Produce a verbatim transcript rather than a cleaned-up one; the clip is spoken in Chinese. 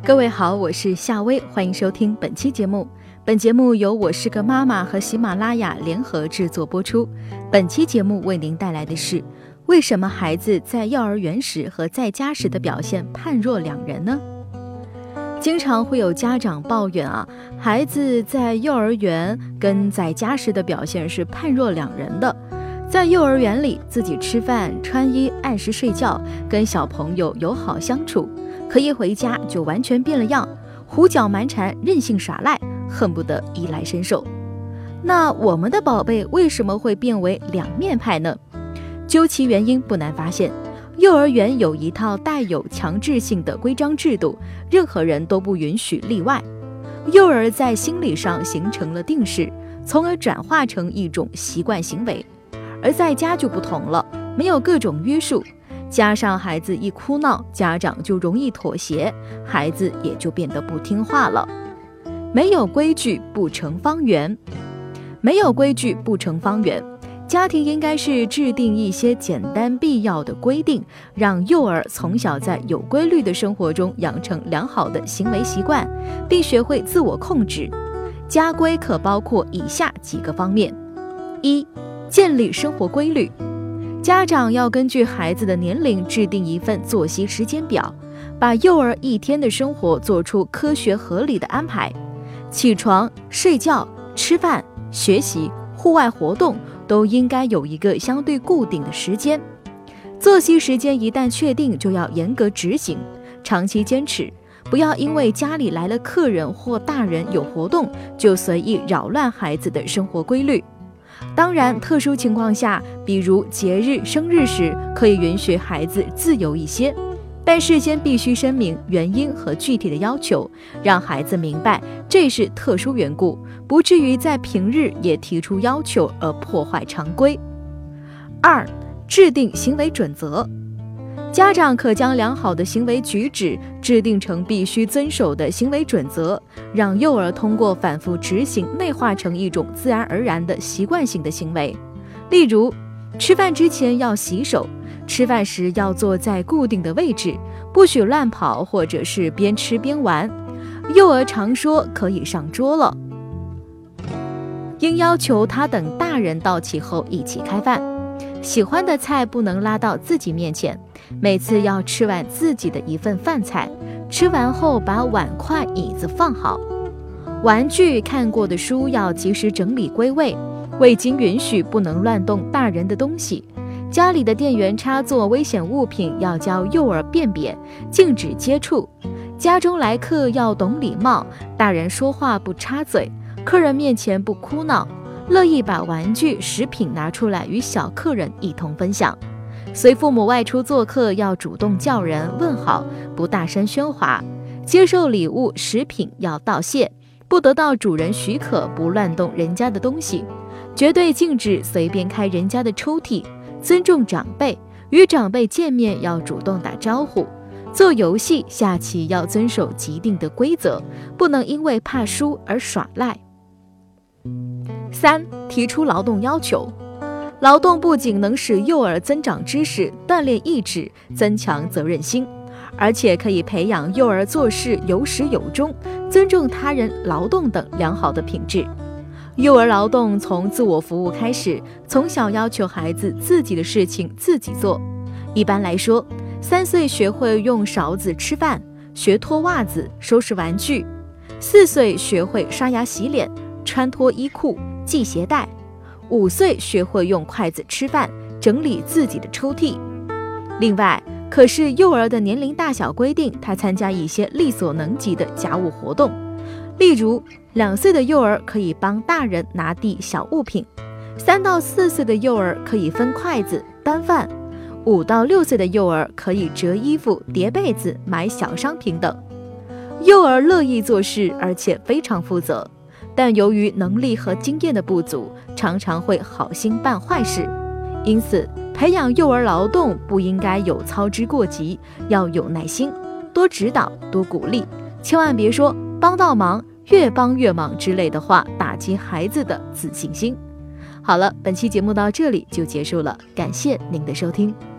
各位好，我是夏薇，欢迎收听本期节目。本节目由我是个妈妈和喜马拉雅联合制作播出。本期节目为您带来的是，为什么孩子在幼儿园时和在家时的表现判若两人呢？经常会有家长抱怨啊，孩子在幼儿园跟在家时的表现是判若两人的。在幼儿园里，自己吃饭、穿衣、按时睡觉，跟小朋友友好相处，可一回家就完全变了样，胡搅蛮缠、任性耍赖，恨不得衣来伸手。那我们的宝贝为什么会变为两面派呢？究其原因，不难发现，幼儿园有一套带有强制性的规章制度，任何人都不允许例外。幼儿在心理上形成了定势，从而转化成一种习惯行为。而在家就不同了，没有各种约束，加上孩子一哭闹，家长就容易妥协，孩子也就变得不听话了。没有规矩不成方圆，没有规矩不成方圆。家庭应该是制定一些简单必要的规定，让幼儿从小在有规律的生活中养成良好的行为习惯，并学会自我控制。家规可包括以下几个方面：一、建立生活规律。家长要根据孩子的年龄制定一份作息时间表，把幼儿一天的生活做出科学合理的安排。起床、睡觉、吃饭、学习、户外活动都应该有一个相对固定的时间。作息时间一旦确定，就要严格执行，长期坚持，不要因为家里来了客人或大人有活动，就随意扰乱孩子的生活规律。当然，特殊情况下，比如节日、生日时，可以允许孩子自由一些，但事先必须声明原因和具体的要求，让孩子明白这是特殊缘故，不至于在平日也提出要求而破坏常规。二、制定行为准则。家长可将良好的行为举止制定成必须遵守的行为准则，让幼儿通过反复执行内化成一种自然而然的习惯性的行为。例如，吃饭之前要洗手，吃饭时要坐在固定的位置，不许乱跑或者是边吃边玩。幼儿常说可以上桌了，应要求他等大人到齐后一起开饭。喜欢的菜不能拉到自己面前，每次要吃完自己的一份饭菜，吃完后把碗筷椅子放好。玩具看过的书要及时整理归位，未经允许不能乱动大人的东西。家里的电源插座危险物品要教幼儿辨别，禁止接触。家中来客要懂礼貌，大人说话不插嘴，客人面前不哭闹，乐意把玩具、食品拿出来与小客人一同分享。随父母外出做客要主动叫人问好，不大声喧哗。接受礼物、食品要道谢，不得到主人许可不乱动人家的东西。绝对禁止随便开人家的抽屉。尊重长辈，与长辈见面要主动打招呼。做游戏、下棋要遵守既定的规则，不能因为怕输而耍赖。三、提出劳动要求。劳动不仅能使幼儿增长知识、锻炼意志、增强责任心，而且可以培养幼儿做事有始有终、尊重他人劳动等良好的品质。幼儿劳动从自我服务开始，从小要求孩子自己的事情自己做。一般来说，三岁学会用勺子吃饭，学脱袜子、收拾玩具；四岁学会刷牙洗脸、穿脱衣裤、系鞋带；五岁学会用筷子吃饭，整理自己的抽屉。另外，可是幼儿的年龄大小规定他参加一些力所能及的家务活动，例如两岁的幼儿可以帮大人拿地小物品，三到四岁的幼儿可以分筷子端饭，五到六岁的幼儿可以折衣服、叠被子、买小商品等。幼儿乐意做事，而且非常负责，但由于能力和经验的不足，常常会好心办坏事。因此，培养幼儿劳动不应该有操之过急，要有耐心，多指导，多鼓励，千万别说帮到忙、越帮越忙之类的话，打击孩子的自信心。好了，本期节目到这里就结束了，感谢您的收听。